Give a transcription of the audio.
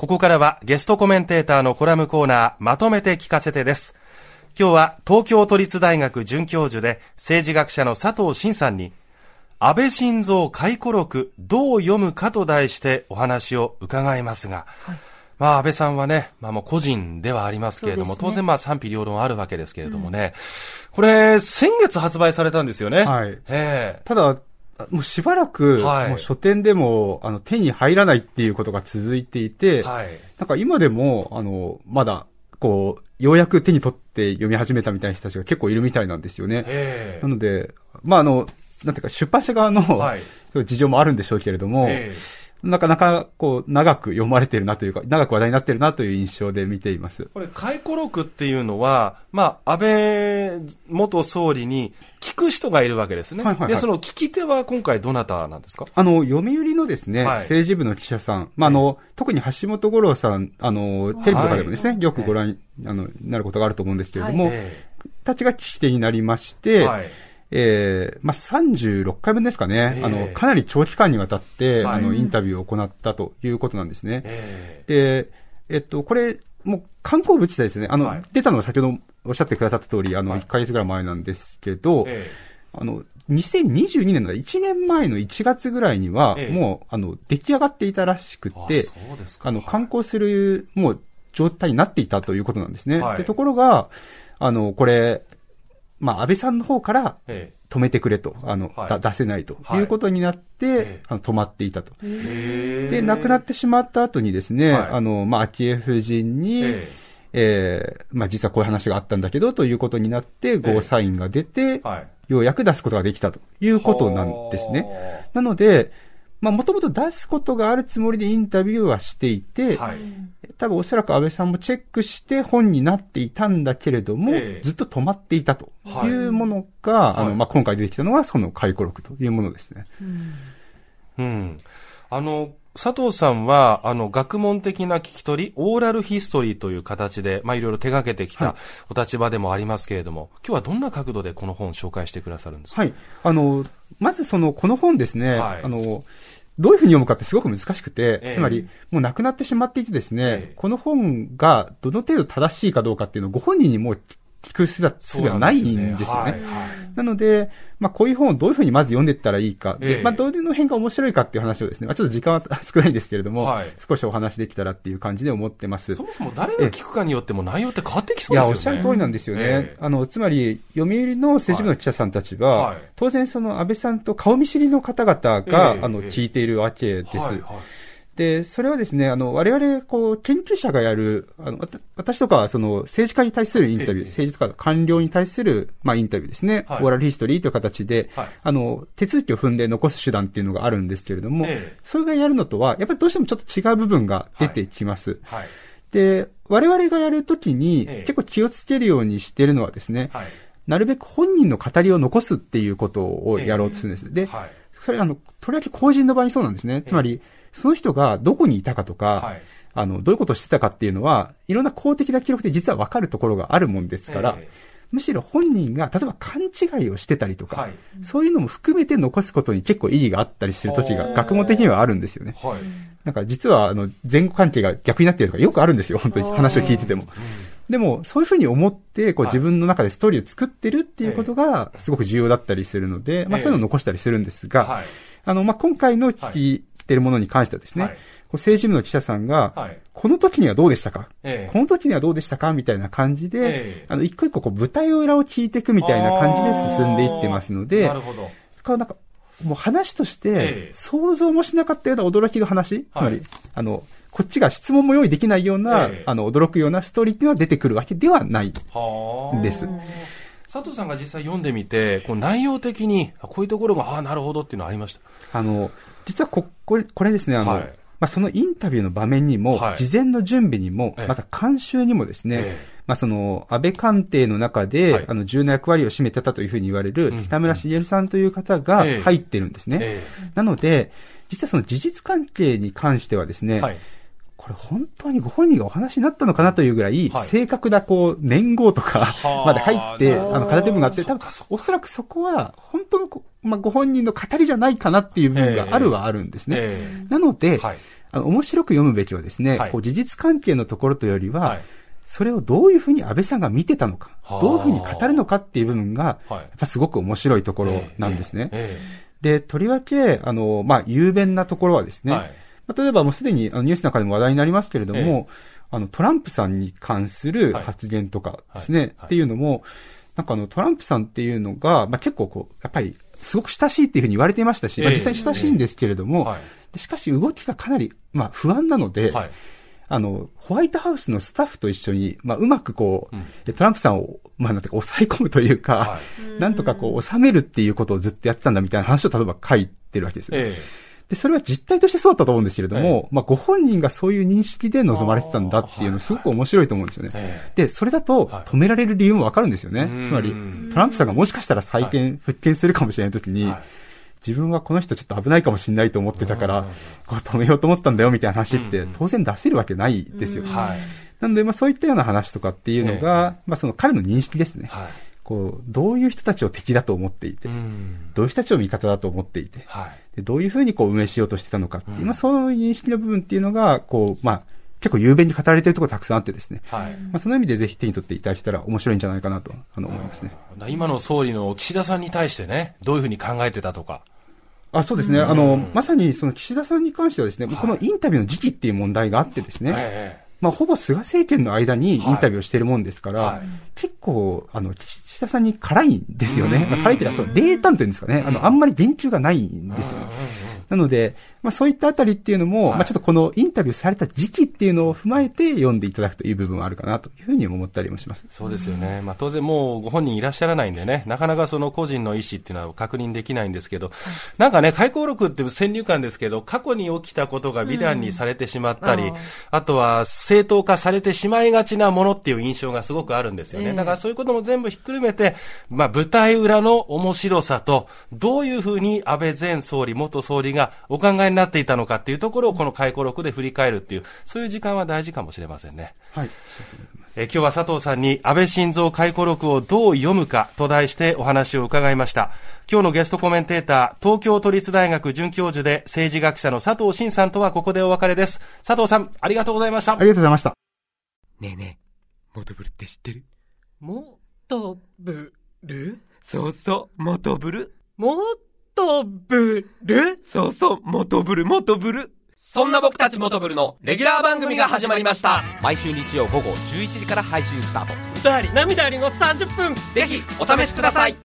ここからはゲストコメンテーターのコラムコーナー、まとめて聞かせてです。今日は東京都立大学准教授で政治学者の佐藤真さんに、安倍晋三回顧録どう読むかと題してお話を伺いますが、はい、安倍さんはね、もう個人ではありますけれども、当然賛否両論あるわけですけれどもね、これ先月発売されたんですよね。 はい。ただもうしばらく、もう書店でも手に入らないっていうことが続いていて、なんか今でもまだこうようやく手に取って読み始めたみたいな人たちが結構いるみたいなんですよね。なのでなんていうか出版社側の、事情もあるんでしょうけれども、なかなかこう長く読まれてるなというか、長く話題になってるなという印象で見ています。 これ回顧録っていうのは、安倍元総理に聞く人がいるわけですね。で、その聞き手は今回どなたなんですか？ 読売のですね、政治部の記者さん、特に橋本五郎さん、テレビとかでもですね、よくご覧になることがあると思うんですけれども、たちが聞き手になりまして、36回分ですかね、かなり長期間にわたって、インタビューを行ったということなんですね。で、これ、もう刊行物自体ですね、出たのは先ほどおっしゃってくださった通り、1ヶ月ぐらい前なんですけど、2022年の1年前の1月ぐらいには、もう、出来上がっていたらしくて、刊行する、もう、状態になっていたということなんですね。でところが、これ、安倍さんの方から止めてくれと、出せないということになって、止まっていたと。で、亡くなってしまった後にですね、昭恵夫人に、実はこういう話があったんだけどということになって、ゴーサインが出て、ようやく出すことができたということなんですね。なので、もともと出すことがあるつもりでインタビューはしていて、多分おそらく安倍さんもチェックして本になっていたんだけれども、ずっと止まっていたというものが、今回出てきたのはその回顧録というものですね。 佐藤さんは学問的な聞き取り、オーラルヒストリーという形で、いろいろ手掛けてきたお立場でもありますけれども、今日はどんな角度でこの本を紹介してくださるんですか？ まずこの本ですね、どういうふうに読むかってすごく難しくて、つまりもう亡くなってしまっていてですね、この本がどの程度正しいかどうかっていうのをご本人にもう聞く術はないんですよね。なので、こういう本をどういうふうにまず読んでいったらいいか、でどういうの辺が面白いかっていう話をですね、ちょっと時間は少ないんですけれども、少しお話できたらっていう感じで思ってます。 そもそも誰が聞くかによっても内容って変わってきそうですよね。 おっしゃる通りなんですよね。つまり、読売の政治部の記者さんたちは、当然その安倍さんと顔見知りの方々が、聞いているわけです。で、それはですね、我々、研究者がやる、私とかは、政治家に対するインタビュー、政治とか官僚に対する、インタビューですね、オーラルヒストリーという形で、手続きを踏んで残す手段っていうのがあるんですけれども、それがやるのとは、やっぱりどうしてもちょっと違う部分が出てきます。で、我々がやるときに、結構気をつけるようにしているのはですね、なるべく本人の語りを残すっていうことをやろうとするんです。で、それ、とりわけ公人の場合にそうなんですね。つまり、その人がどこにいたかとか、どういうことをしてたかっていうのは、いろんな公的な記録で実は分かるところがあるもんですから、むしろ本人が、例えば勘違いをしてたりとか、そういうのも含めて残すことに結構意義があったりするときが、学問的にはあるんですよね。なんか実は、前後関係が逆になっているとかよくあるんですよ、本当に話を聞いてても。でも、そういうふうに思って、自分の中でストーリーを作ってるっていうことが、すごく重要だったりするので、そういうのを残したりするんですが、今回の聞いているものに関してはですね、政治部の記者さんが、この時にはどうでしたか、この時にはどうでしたかみたいな感じで、一個一個舞台裏を聞いていくみたいな感じで進んでいってますので、なんか、もう話として、想像もしなかったような驚きの話、つまり、こっちが質問も用意できないような、驚くようなストーリーっていうのは出てくるわけではないんです。 佐藤さんが実際読んでみて、内容的に、こういうところが、なるほどっていうのはありました？ 実はこれですね、そのインタビューの場面にも、事前の準備にも、また監修にもですね、その安倍官邸の中で、重要な役割を占めてたというふうに言われる北村茂さんという方が入ってるんですね。なので、実はその事実関係に関してはですね、これ本当にご本人がお話になったのかなというぐらい、正確な年号とかまで入って、片手分があって、多分おそらくそこは本当のご本人の語りじゃないかなっていう部分があるはあるんですね。なので、 面白く読むべきはですね、こう事実関係のところというよりは、それをどういうふうに安倍さんが見てたのか、どういうふうに語るのかっていう部分が、やっぱすごく面白いところなんですね。で、とりわけ、雄弁なところはですね、例えばもうすでにニュースの中でも話題になりますけれども、トランプさんに関する発言とかですね、っていうのも、なんかトランプさんっていうのが、結構こう、やっぱり、すごく親しいっていうふうに言われていましたし、実際に親しいんですけれども、しかし動きがかなり、不安なので、ホワイトハウスのスタッフと一緒に、うまくこう、トランプさんを、なんていうか抑え込むというか、なんとかこう、収めるっていうことをずっとやってたんだみたいな話を例えば書いてるわけですよ。で、それは実態としてそうだったと思うんですけれども、ご本人がそういう認識で臨まれてたんだっていうのすごく面白いと思うんですよね。で、それだと止められる理由もわかるんですよね。つまり、トランプさんがもしかしたら復権するかもしれないときに、自分はこの人ちょっと危ないかもしれないと思ってたから、こう止めようと思ったんだよみたいな話って当然出せるわけないですよ。なので、そういったような話とかっていうのが、その彼の認識ですね。こう、どういう人たちを敵だと思っていて、どういう人たちを味方だと思っていて、でどういうふうにこう運営しようとしてたのかっていう、そういう認識の部分っていうのが、こう、結構雄弁に語られているところたくさんあってですね。その意味でぜひ手に取っていただけたら面白いんじゃないかなと思いますね。 今の総理の岸田さんに対してね、どういうふうに考えてたとか。 そうですね。まさにその岸田さんに関してはですね、このインタビューの時期っていう問題があってですね、ほぼ菅政権の間にインタビューをしているもんですから、結構、岸田さんに辛いんですよね。辛いというか、冷淡というんですかね。あんまり言及がないんですよね。なので、そういったあたりっていうのも、ちょっとこのインタビューされた時期っていうのを踏まえて読んでいただくという部分はあるかなというふうに思ったりもします。 そうですよね。当然もうご本人いらっしゃらないんでね、なかなかその個人の意思っていうのは確認できないんですけど、なんかね、回顧録って先入観ですけど、過去に起きたことが美談にされてしまったり、あとは正当化されてしまいがちなものっていう印象がすごくあるんですよね。だからそういうことも全部ひっくるめて、舞台裏の面白さと、どういうふうに安倍前総理、元総理がお考えになっていたのかっていうところをこの回顧録で振り返るっていう、そういう時間は大事かもしれませんね。今日は佐藤さんに安倍晋三回顧録をどう読むかと題してお話を伺いました。今日のゲストコメンテーター、東京都立大学准教授で政治学者の佐藤真さんとはここでお別れです。佐藤さん、ありがとうございました。 ありがとうございました。 ねえねえ、モトブルって知ってる？ モトブル？ そうそう、モトブル。 モトブル？ そうそう、モトブル、モトブル。そんな僕たちモトブルのレギュラー番組が始まりました。毎週日曜午後11時から配信スタート。 歌あり涙ありの30分。 ぜひお試しください。